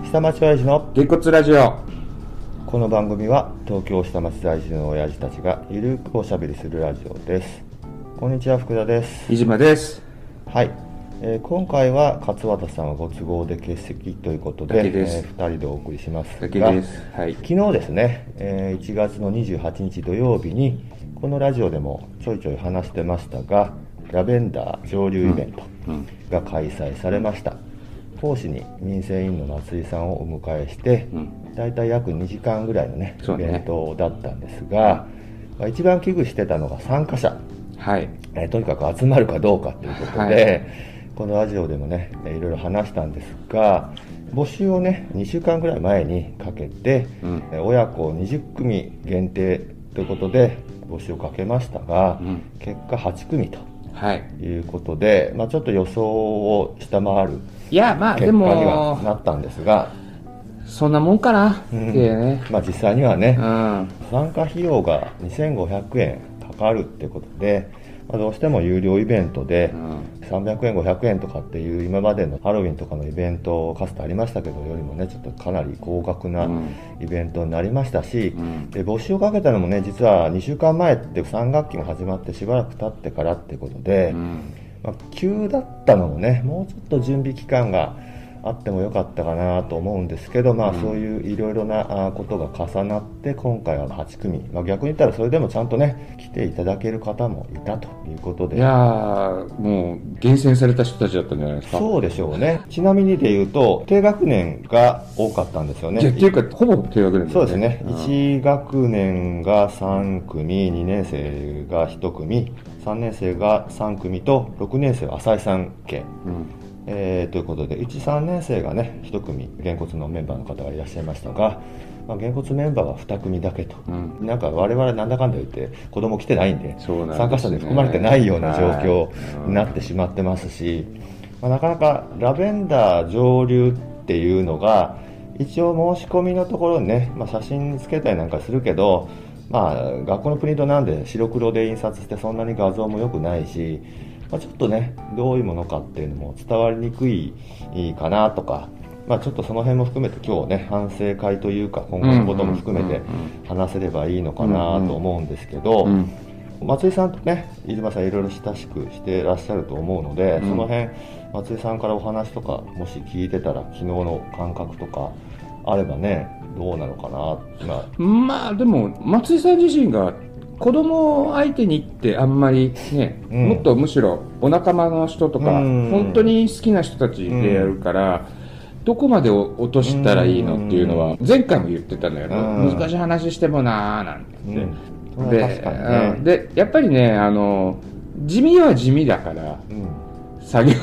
下町親父のげんこつラジオ。 この番組は東京下町在住の親父たちがゆるくおしゃべりするラジオです。こんにちは、福田です。 飯島です。 はい、今回は勝俣さんはご都合で欠席ということで、2人でお送りしますが、 です、はい、 昨日ですね、1月の28日土曜日にこのラジオでもちょいちょい話してましたが、ラベンダー上流イベントが開催されました。講師に民生委員の松井さんをお迎えして、だいたい約2時間ぐらいのね、イベントだったんですが、一番危惧してたのが参加者、 はい、 とにかく集まるかどうかということで、このラジオでもね、いろいろ話したんですが、募集をね、2週間ぐらい前にかけて、親子20組限定ということで募集をかけましたが、結果8組ということで、ちょっと予想を下回る結果にはなったんですが、 そんなもんかなってね、 実際にはね、参加費用が2500円かかるってことで、どうしても有料イベントで300円500円とかっていう今までのハロウィンとかのイベントかつてありましたけどよりもね、ちょっとかなり高額なイベントになりましたし、で募集をかけたのもね、実は2週間前って3学期も始まってしばらく経ってからってことで、急だったのもね、もうちょっと準備期間があってもよかったかなと思うんですけど、そういういろいろなことが重なって今回は8組、逆に言ったらそれでもちゃんとね来ていただける方もいたということで、 いやもう厳選された人たちだったんじゃないですか。 そうでしょうね。ちなみにで言うと低学年が多かったんですよね。 っていうかほぼ低学年ですね。 そうですね、1学年が3組、2年生が1組、3年生が3組と6年生は浅井さん系、ということで、1、3年生がね、1組、げんこつのメンバーの方がいらっしゃいましたが、げんこつメンバーは2組だけと、なんか我々なんだかんだ言って子供来てないんで、参加者で含まれてないような状況になってしまってますし、なかなかラベンダー上流っていうのが、一応申し込みのところにね、写真つけたりなんかするけど、学校のプリントなんで白黒で印刷してそんなに画像も良くないし、ちょっとね、どういうものかっていうのも伝わりにくいかなとか、ちょっとその辺も含めて今日ね、反省会というか今後のことも含めて話せればいいのかなと思うんですけど、松井さんとね、飯島さんいろいろ親しくしてらっしゃると思うので、その辺松井さんからお話とかもし聞いてたら、昨日の感覚とかあればね、どうなのかな。 でも松井さん自身が子供相手にってあんまりね、もっとむしろお仲間の人とか、本当に好きな人たちでやるから、どこまで落としたらいいのっていうのは前回も言ってたんだけど、難しい話してもなーなんて、 確かにね。 でやっぱりね、地味は地味だから、作業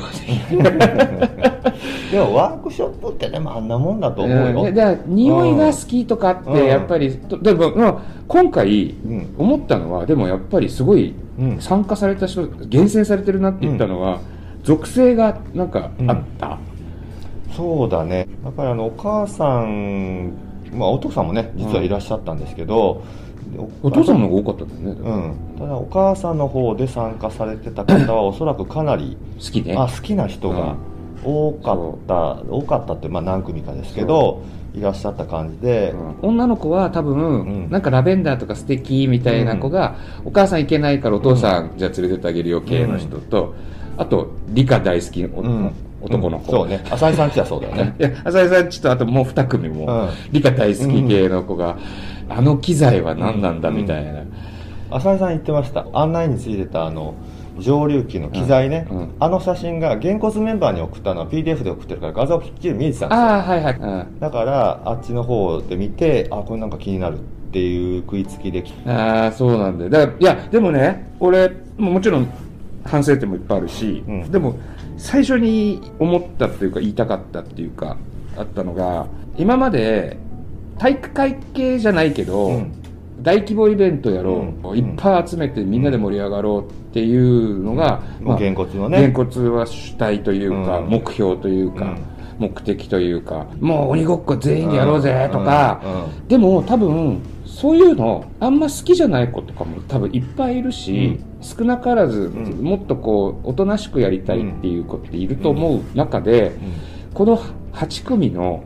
でもワークショップってでもあんなもんだと思うよ。 だから匂いが好きとかってやっぱり、でも今回思ったのは、でもやっぱりすごい参加された人、厳選されてるなって言ったのは、属性がなんかあった。 そうだね。やっぱりお母さん、お父さんもね実はいらっしゃったんですけど、 お父さんの方が多かったんだよね。 ただお母さんの方で参加されてた方はおそらくかなり好きな人が多かったって、何組かですけどいらっしゃった感じで、 女の子は多分、なんかラベンダーとか素敵みたいな子が、お母さん行けないからお父さんじゃあ連れてってあげるよ系の人と、あと理科大好き男の子、 そうね、浅井さんちはそうだよね。 いや、浅井さんちとあともう2組も理科大好き系の子が、あの機材は何なんだみたいな、 浅井さん言ってました。案内についてた蒸留機の機材ね、あの写真がげんこつメンバーに送ったのは PDF で送ってるから画像きっちり見えてたんですよ。だからあっちの方で見て、これなんか気になるっていう食いつきできた。そうなんだよ。だから、いやでもね、俺もちろん反省点もいっぱいあるし、でも最初に思ったっていうか言いたかったっていうかあったのが、今まで体育会系じゃないけど、大規模イベントやろう、いっぱい集めてみんなで盛り上がろうっていうのが、 げんこつのね、 げんこつは主体というか、目標というか、目的というか、もう鬼ごっこ全員でやろうぜとか、でも多分そういうのあんま好きじゃない子とかも多分いっぱいいるし、少なからず、もっとこうおとなしくやりたいっていう子っていると思う中で、この8組の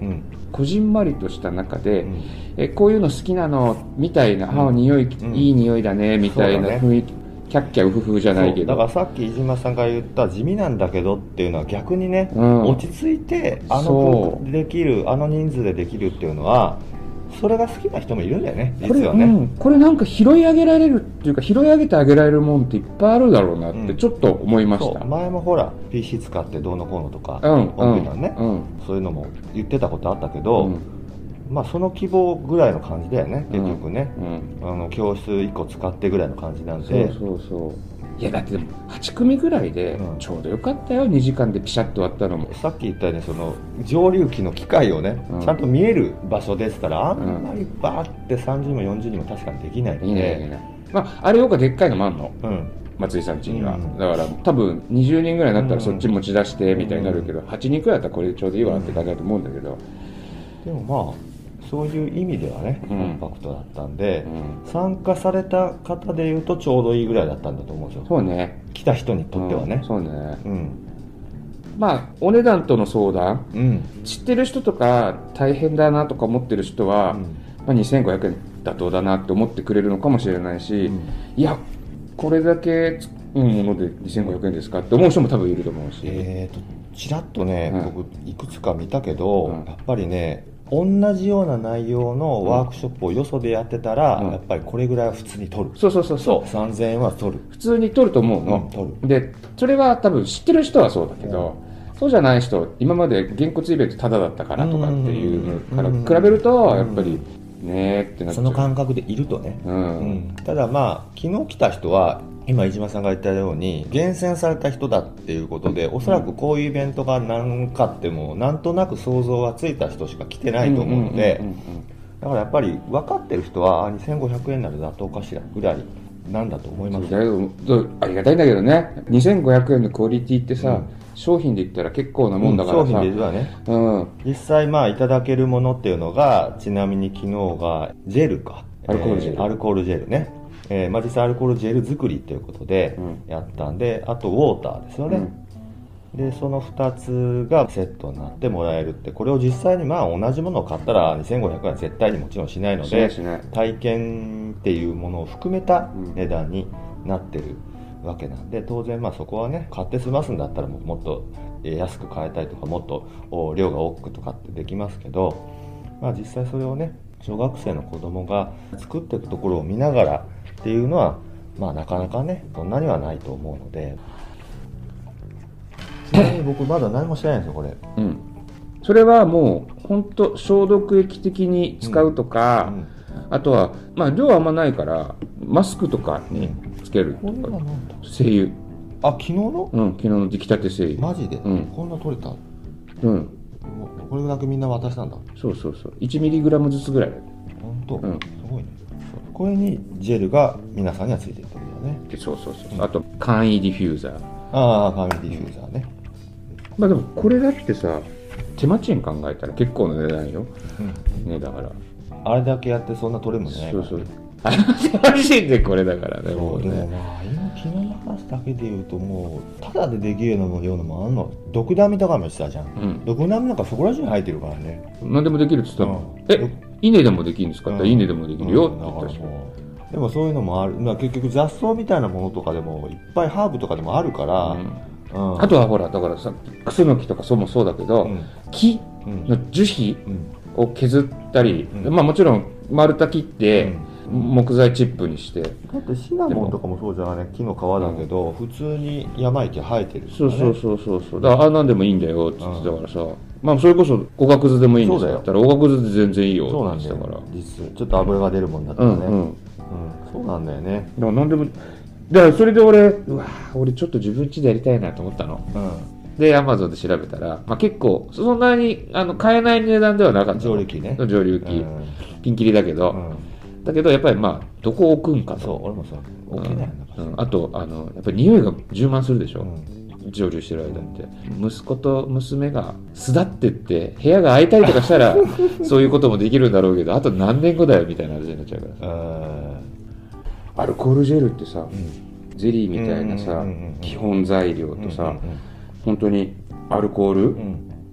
こじんまりとした中で、こういうの好きなのみたいな、匂い、いい匂いだねみたいな雰囲気、キャッキャウフフじゃないけど、 だからさっき飯島さんが言った地味なんだけどっていうのは逆にね、落ち着いてできる人数でできるっていうのはそれが好きな人もいるんだよね、実はね。 これなんか拾い上げられるっていうか、拾い上げてあげられるもんっていっぱいあるだろうなってちょっと思いました。 前もほら PC 使ってどうのこうのとか、コンピューターね、そういうのも言ってたことあったけど、まあその希望ぐらいの感じだよね、結局ね、教室1個使ってぐらいの感じなんで。いやだってでも8組ぐらいでちょうどよかったよ、2時間でピシャッと終わったのも。 さっき言ったようにその蒸留機の機械をね、ちゃんと見える場所ですからあんまりバーって30も40にも確かにできないので、 あれよくでっかいのもあんの、松井さん家には、だから多分20人ぐらいになったらそっち持ち出してみたいになるけど、8人くらいだったらこれでちょうどいいわって感じだと思うんだけど、 でもまあそういう意味ではね、コンパクトだったんで、参加された方でいうとちょうどいいぐらいだったんだと思うんですよ。 そうね。 来た人にとってはね。 そうね。まあお値段との相談、知ってる人とか大変だなとか思ってる人は、まあ、2500円妥当だなって思ってくれるのかもしれないし、いやこれだけもので2500円ですかって思う人も多分いると思うし。 ちらっとね、僕いくつか見たけど、やっぱりね同じような内容のワークショップをよそでやってたら、やっぱりこれぐらいは普通に取る。そう3000円は取る、 普通に取ると思うの、取る。でそれは多分知ってる人はそうだけど、そうじゃない人、今までげんこつイベントタダだったからとかっていうから比べるとやっぱりねってなっちゃう。 その感覚でいるとね、ただまあ昨日来た人は今飯島さんが言ったように厳選された人だっていうことで、おそらくこういうイベントが何かってもなんとなく想像がついた人しか来てないと思うので、だからやっぱり分かってる人は2500円なら妥当かしらぐらいなんだと思います。 ありがたいんだけどね、2500円のクオリティってさ、商品で言ったら結構なもんだからさ、 商品ではね、実際まあいただけるものっていうのが、ちなみに昨日がジェルか、 アルコールジェル、 アルコールジェルね、実際アルコールジェル作りということでやったんで、あとウォーターですよね、でその2つがセットになってもらえるって、これを実際にまあ同じものを買ったら2500円は絶対にもちろんしないので、体験っていうものを含めた値段になってるわけなんで、当然まあそこはね、買って済ますんだったらもっと安く買えたりとか、もっと量が多くとかってできますけど、まあ実際それをね、小学生の子供が作っていくところを見ながらっていうのはまあなかなかね、そんなにはないと思うので。ちなみに僕まだ何もしてないんですよこれ。 それはもう本当消毒液的に使うとか、あとはまあ量はあんまないからマスクとかにつけるとか、精油。 あ、昨日の？ 昨日の出来たて精油。 マジで？こんな取れた？これだけみんな渡したんだ。 そう1mg ずつぐらい。 本当？すごいね。これにジェルが皆さんにはついてるってことだよね。 そうあと簡易ディフューザー。 簡易ディフューザーね。 まあでもこれだってさ、手間賃考えたら結構な値段よ、ね。だからあれだけやってそんな取れるもんね。 手間賃でこれだからね。もうね、 でもまあ今昨日の話だけで言うと、もうただでできるようなもんあんの。毒ダミとかもしたじゃん、毒ダミなんかそこら中に入ってるからね。 何でもできるって言ったの、稲でもできるんですかって、稲でもできるよって言ったし、 でもそういうのもある。結局雑草みたいなものとかでもいっぱいハーブとかでもあるから、 あとはほらだからさ、クスノキとかもそうだけど、木の樹皮を削ったり、まあもちろん丸太切って木材チップにして、だってシナモンとかもそうじゃない、木の皮だけど普通に山池生えてる、 そうだから何でもいいんだよって言ってたからさ、まあそれこそおがくずでもいいんですよって言ったら、おがくずで全然いいよって言ってたから、 実ちょっと油が出るもんだったらね、そうなんだよね。 だから何でも、だからそれで俺ちょっと自分家でやりたいなと思ったの、でアマゾンで調べたら、まあ、結構そんなに買えない値段ではなかったの。 上流機ね、 上流機、ピンキリだけど、だけどやっぱりまあどこ置くんかと。 そう、俺もそう置けないんだ。 あとやっぱり匂いが充満するでしょ、蒸留してる間って。息子と娘が巣立ってって部屋が空いたりとかしたらそういうこともできるんだろうけど、あと何年後だよみたいな話になっちゃうからさ。アルコールジェルってさ、ゼリーみたいなさ、基本材料とさ、本当にアルコール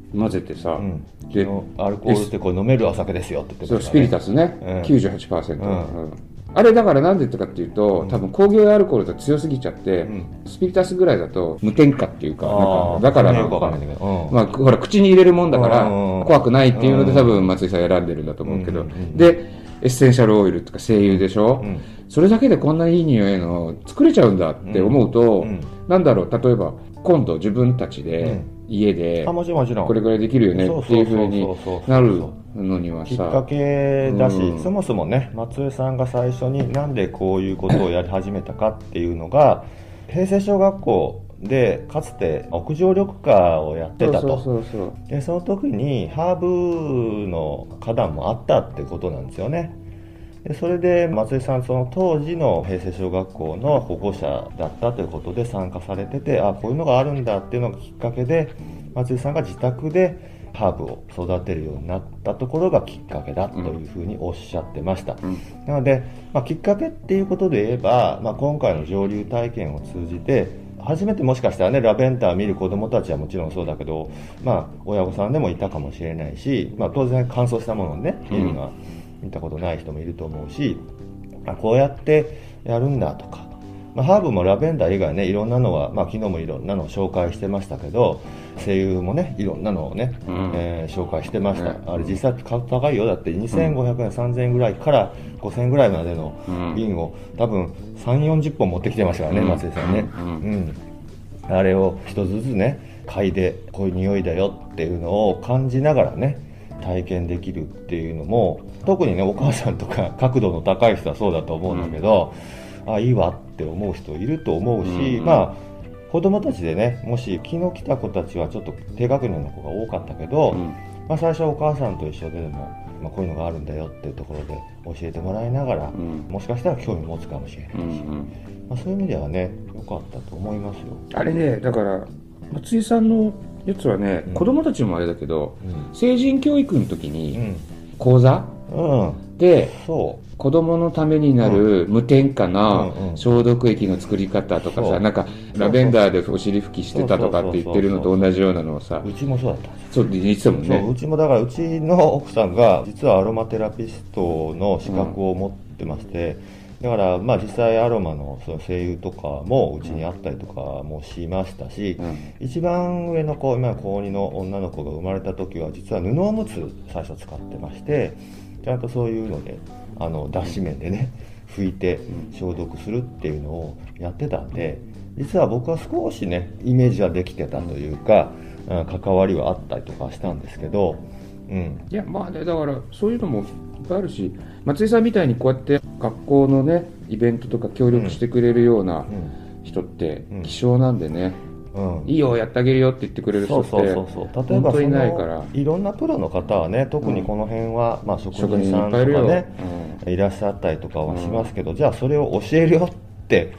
混ぜてさ、 でアルコールってこう飲めるお酒ですよって言ってましたね。 そうスピリタスね、98%、あれだからなんで言ったかっていうと、多分工業用アルコールが強すぎちゃって、スピリタスぐらいだと無添加っていうか、だからなんか、まあほら口に入れるもんだから怖くないっていうので多分松井さん選んでるんだと思うけど、でエッセンシャルオイルとか精油でしょ、それだけでこんないい匂いの作れちゃうんだって思うと、なんだろう、例えば今度自分たちで家でこれぐらいできるよねっていう風になるのにはさ、 きっかけだし、そもそもね松江さんが最初になんでこういうことをやり始めたかっていうのが平成小学校でかつて屋上緑化をやってたと。でその時にハーブの花壇もあったってことなんですよね。でそれで松井さんその当時の平成小学校の保護者だったということで参加されてて、こういうのがあるんだっていうのがきっかけで松井さんが自宅でハーブを育てるようになったところがきっかけだというふうにおっしゃってました。なので、きっかけっていうことで言えば、今回の蒸留体験を通じて初めてもしかしたらねラベンダー見る子どもたちはもちろんそうだけど、親御さんでもいたかもしれないし、当然乾燥したものをね見るのは見たことない人もいると思うし、こうやってやるんだとか、ハーブもラベンダー以外ねいろんなのは、昨日もいろんなのを紹介してましたけど、精油もねいろんなのをね、紹介してました。あれ実際高いよ。だって2500円3000円ぐらいから5000円ぐらいまでの瓶を多分3、40本持ってきてましたからね、松井さんね。あれを一つずつね嗅いでこういう匂いだよっていうのを感じながらね体験できるっていうのも、特にねお母さんとか角度の高い人はそうだと思うんだけど、いいわって思う人いると思うし、子供たちでねもし昨日来た子たちはちょっと低学年の子が多かったけど、最初はお母さんと一緒でも、こういうのがあるんだよっていうところで教えてもらいながら、もしかしたら興味持つかもしれないし、そういう意味ではね良かったと思いますよ。 あれね、だから松井さんのやつはね、子供たちもあれだけど、成人教育の時に講座、で子供のためになる無添加な消毒液の作り方とかさ、なんかラベンダーでお尻拭きしてたとかって言ってるのと同じようなのをさ、 うちもそうだった。 そうって言ってたもんね。 うちもだからうちの奥さんが実はアロマテラピストの資格を持ってまして、だから実際アロマのその精油とかもうちにあったりとかもしましたし、一番上の子、今高2の女の子が生まれた時は実は布おむつ最初使ってまして、ちゃんとそういうので脱脂綿でね拭いて消毒するっていうのをやってたんで、実は僕は少しねイメージはできてたというか、関わりはあったりとかしたんですけど、 いやね、だからそういうのもいっぱいあるし、松井さんみたいにこうやって学校のねイベントとか協力してくれるような人って希少なんでね、いいよやってあげるよって言ってくれる人って本当にないから、 いろんなプロの方はね特にこの辺は、職人さんとかねいらっしゃったりとかはしますけど、じゃあそれを教えるよって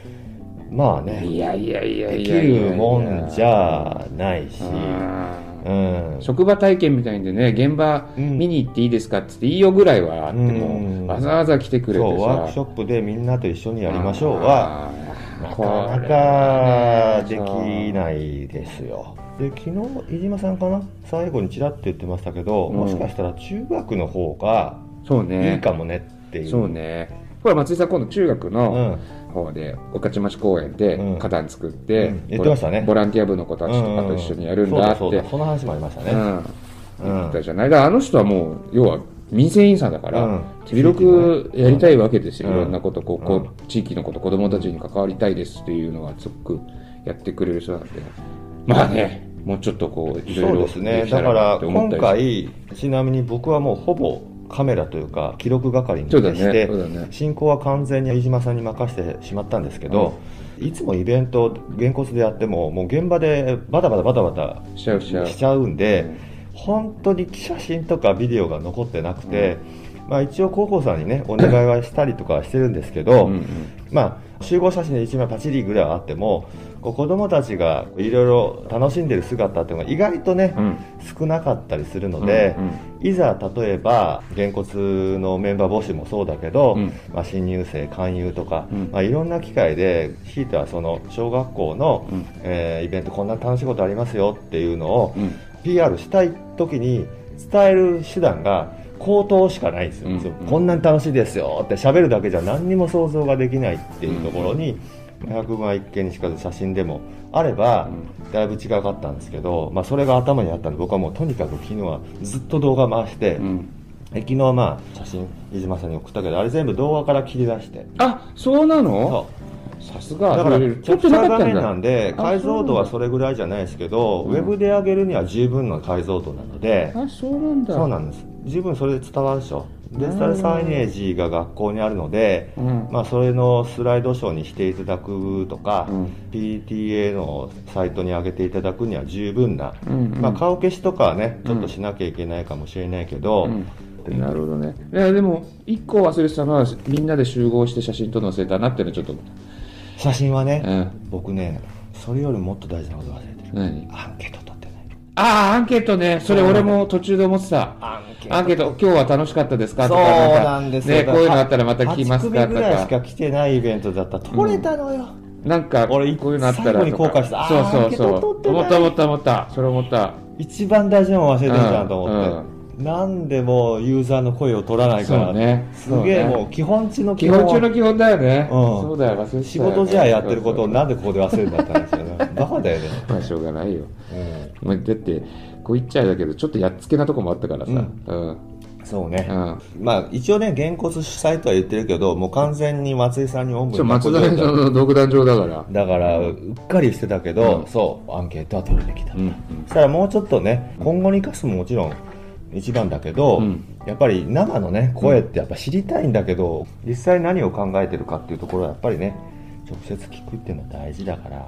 できるもんじゃないし、 職場体験みたいんでね現場見に行っていいですかって言っていいよぐらいはあっても、わざわざ来てくれてさ、 ワークショップでみんなと一緒にやりましょうはなかなかできないですよ。で昨日飯島さんかな最後にちらっと言ってましたけど、もしかしたら中学の方がいいかもねっていう。 そうね、ほら松井さん今度中学の方で御徒町公園で花壇作って、 言ってましたね、 ボランティア部の子たちとかと一緒にやるんだって、 その話もありましたね。 言ったじゃない。だからあの人はもう要は民生委員さんだから、手広くやりたいわけですよ。いろんなこと、地域のこと、子供たちに関わりたいですっていうのはすごくやってくれる人なんで、もうちょっといろいろそうですね。だから今回ちなみに僕はもうほぼカメラというか記録係にして、進行は完全に飯島さんに任せてしまったんですけど、いつもイベントげんこつでやってももう現場でバタバタしちゃうんで、本当に写真とかビデオが残ってなくて、一応広報さんにねお願いはしたりとかしてるんですけど、 集合写真で1枚パチリぐらいはあっても、こう子供たちがいろいろ楽しんでる姿っていうのが意外とね、少なかったりするので、いざ例えばげんこつのメンバー募集もそうだけど、新入生勧誘とか、いろんな機会でひいてはその小学校の、イベントこんな楽しいことありますよっていうのを、PR したい時に伝える手段が口頭しかないんですよ、こんなに楽しいですよって喋るだけじゃ何にも想像ができないっていうところに、100万一見にしかず写真でもあればだいぶ違かったんですけど、それが頭にあったんで、僕はもうとにかく昨日はずっと動画回して、昨日は写真飯島さんに送ったけど、あれ全部動画から切り出して。 あ、そうなの？さすが。 だからキャプチャー画面なんで解像度はそれぐらいじゃないですけど、ウェブで上げるには十分の解像度なので。 あ、そうなんだ。 そうなんです。十分それで伝わるでしょ。デジタルサイネージが学校にあるので、それのスライドショーにしていただくとか、PTA のサイトに上げていただくには十分な、顔消しとかはねちょっとしなきゃいけないかもしれないけど、 なるほどね。いやでも1個忘れてたのは、みんなで集合して写真撮るの忘れたなっていうのはちょっと写真はね、僕ねそれよりもっと大事なこと忘れてる。 何？ アンケート取ってない。 ああ、アンケートね。それ俺も途中で思ってた。アンケート今日は楽しかったですかとか、 そうなんですよ、 ね、こういうのあったらまた来ますかとか。8 組ぐらいしか来てないイベントだったら取れたのよ、 なんか俺こういうのあったらとか。 最後に後悔した。 そう思ったそれ思った。 一番大事なもの忘れてるじゃんと思って、なんでもユーザーの声を取らないから。 そうね、 すげえもう基本中の基本中の基本だよね。 そうだよ、忘れてたよ。 仕事じゃやってることをなんでここで忘れるんだったんですよね。バカだよね。 しょうがないよ。だってこう言っちゃうだけどちょっとやっつけなとこもあったからさ。 そうね、一応ねげんこつ主催とは言ってるけど、もう完全に松井さんにおんぶに松井さんの独壇場だからうっかりしてたけど、そうアンケートは取れてきた。そしたらもうちょっとね今後に生かすももちろん一番だけど、やっぱり生のね声ってやっぱ知りたいんだけど、実際何を考えてるかっていうところはやっぱりね直接聞くっていうのは大事だから。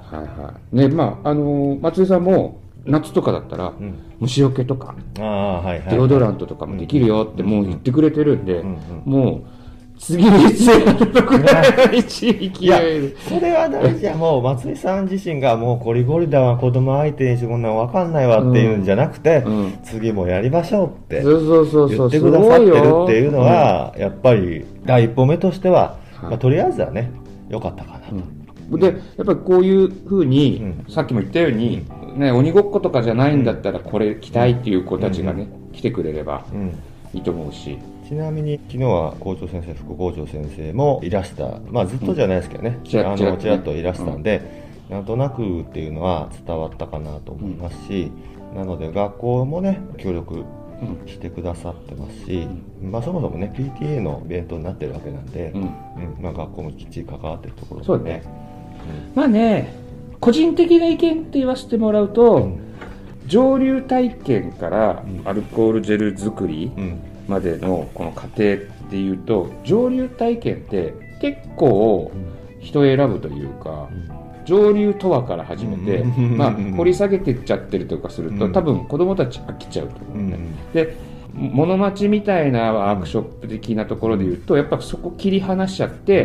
ね、松井さんも夏とかだったら、虫除けとかデオドラントとかもできるよってもう言ってくれてるんで、もう次にいつやるのくらいの一勢いで。 それは大事や。もう松井さん自身がもうゴリゴリだわ、子供相手にしてこんなん分かんないわっていうんじゃなくて、次もやりましょうって言ってくださってるっていうのはやっぱり第一歩目としては、とりあえずはね良かったかなと。 でやっぱりこういうふうに、さっきも言ったように、鬼ごっことかじゃないんだったらこれ来たいっていう子たちがね、来てくれればいいと思うし。 ちなみに昨日は校長先生、副校長先生もいらした、ずっとじゃないですけどね、ちらっといらしたんで、なんとなくっていうのは伝わったかなと思いますし、なので学校もね協力してくださってますし、そもそもね PTA のイベントになってるわけなんで、学校もきっちり関わってるところで、 そうね、個人的な意見って言わせてもらうと、蒸留体験からアルコールジェル作りまでのこの過程っていうと、蒸留体験って結構人選ぶというか、蒸留とはから始めて、掘り下げていっちゃってるとかすると、多分子どもたち飽きちゃうと思うね。で物町みたいなワークショップ的なところでいうと、やっぱそこ切り離しちゃって、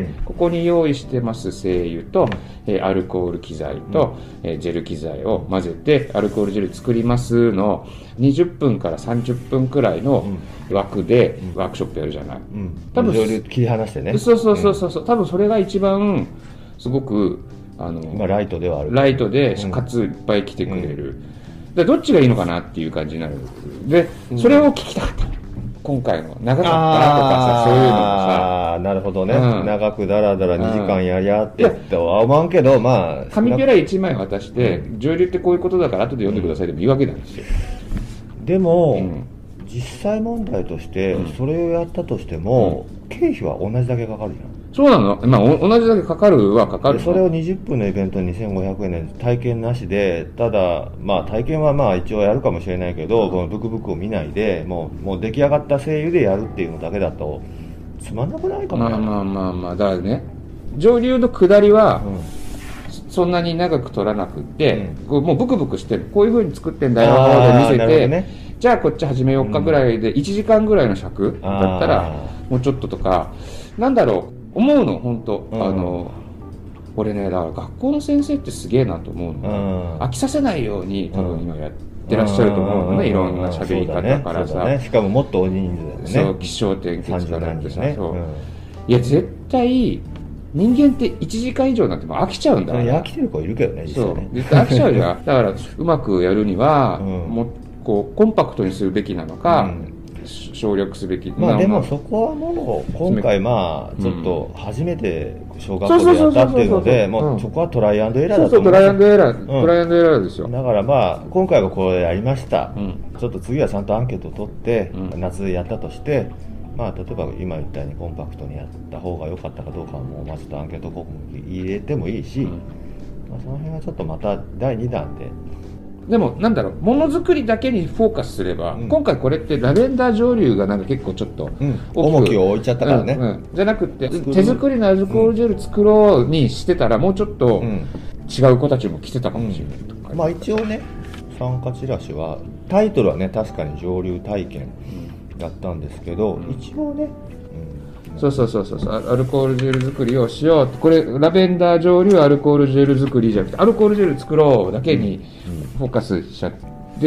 ここに用意してます精油と、アルコール機材と、ジェル機材を混ぜてアルコールジェル作りますの20分から30分くらいの枠でワークショップやるじゃない。 多分切り離してね。 そう多分それが一番すごくライトではある。 ライトでかついっぱい来てくれる。でどっちがいいのかなっていう感じになる。でそれを聞きたかった。今回の長かったとかさ、そういうのもさ。 なるほどね。長くだらだら2時間やりゃっては思わんけど、 紙ペラ1枚渡して蒸留ってこういうことだから後で読んでくださいでもいいわけなんですよ。 でも、実際問題としてそれをやったとしても、経費は同じだけかかるじゃん。 そうなの？同じだけかかるはかかる。 それを20分のイベントに2500円で体験なしで、ただ体験は一応やるかもしれないけど、このブクブクを見ないでもう出来上がった精油でやるっていうのだけだとつまんなくないかもね。 だからね、蒸留の下りは、そんなに長く取らなくって、もうブクブクしてこういう風に作ってんだよって見せて、じゃあこっち始めようかぐらいで1時間ぐらいの尺だったらもうちょっととか、なんだろう思うの本当、 俺ね、だから学校の先生ってすげえなと思うの、飽きさせないように多分今やってらっしゃると思うのね、いろんな喋り方からさ、 しかももっと大人数だよね、 そう起承転結からってさ、いや絶対人間って1時間以上になっても飽きちゃうんだから。 飽きてる子いるけどね、実際ね。 絶対飽きちゃうじゃん。だからうまくやるには、もうこうコンパクトにするべきなのか、省略すべき。 まあでもそこはもう今回まあちょっと初めて小学校でやったっていうので、もうそこはトライアンドエラーだと思う。 トライアンドエラーですよ。 だからまあ今回はこれやりました。ちょっと次はちゃんとアンケートを取って夏でやったとして。まあ、例えば今言ったようにコンパクトにやった方が良かったかどうかはもうまあちょっとアンケート項目入れてもいいし、まあ、その辺はちょっとまた第2弾で。 でもなんだろう、ものづくりだけにフォーカスすれば、今回これってラベンダー蒸留がなんか結構ちょっと重きを置いちゃったからね、 じゃなくて手作りのアルコールジェル作ろうにしてたらもうちょっと違う子たちも来てたかもしれないとか、 まあ一応ね参加チラシはタイトルはね確かに蒸留体験だったんですけど、一応ね、 そうアルコールジェル作りをしよう、これラベンダー蒸留アルコールジェル作りじゃなくてアルコールジェル作ろうだけにフォーカスしちゃって、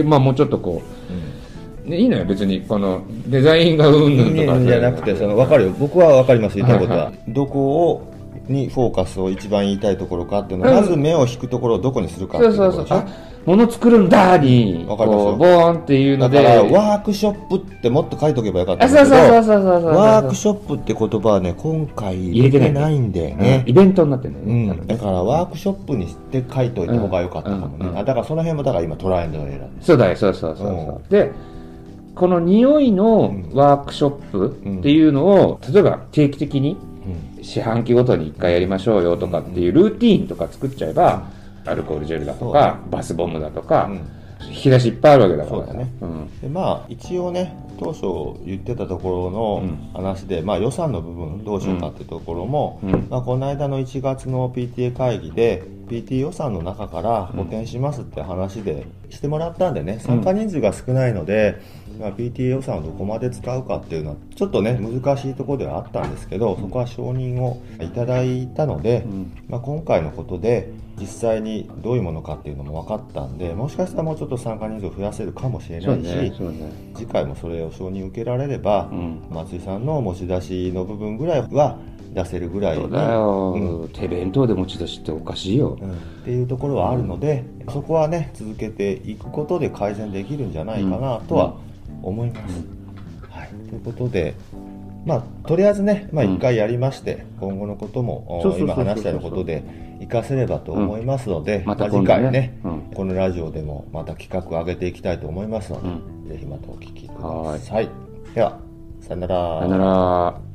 まあもうちょっとこう、いいのよ別にこのデザインがうんぬんとかじゃなくて、分かるよ、僕は分かります、言いたいことは、どこをにフォーカスを一番言いたいところかっていうのは、まず目を引くところをどこにするかっていうところでしょ。 物作るんだにこうボーンっていうので、 だからワークショップってもっと書いとけばよかったんだけど、ワークショップって言葉はね今回入れてないんでね、 イベントになってるんだよね、 だからワークショップにして書いといた方がよかったかもね、だからその辺もだから今トライアンドエラー。 そうだよ、そうでこの匂いのワークショップっていうのを例えば定期的に四半期ごとに1回やりましょうよとかっていうルーティーンとか作っちゃえば、アルコールジェルだとかバスボムだとか、引き出しいっぱいあるわけだから。 そうだね、でまあ一応ね当初言ってたところの話で、まあ、予算の部分どうしようかっていうところも、まあ、この間の1月の PTA 会議で PT 予算の中から補填しますって話でしてもらったんでね、参加人数が少ないので、まあ、PTA 予算をどこまで使うかっていうのはちょっとね難しいところではあったんですけど、そこは承認をいただいたので、まあ、今回のことで実際にどういうものかっていうのも分かったんで、もしかしたらもうちょっと参加人数を増やせるかもしれないし、次回もそれを承認受けられれば、松井さんの持ち出しの部分ぐらいは出せるぐらい。 そうだよ、手弁当で持ち出しっておかしいよ、 っていうところはあるので、そこはね続けていくことで改善できるんじゃないかなとは思います。はい、ということで、まあ、とりあえずね、まあ、1回やりまして、今後のことも今話したようなことで活かせればと思いますので、また次回ね、このラジオでもまた企画を上げていきたいと思いますので、ぜひまたお聞きください。ではさよなら。 さよなら。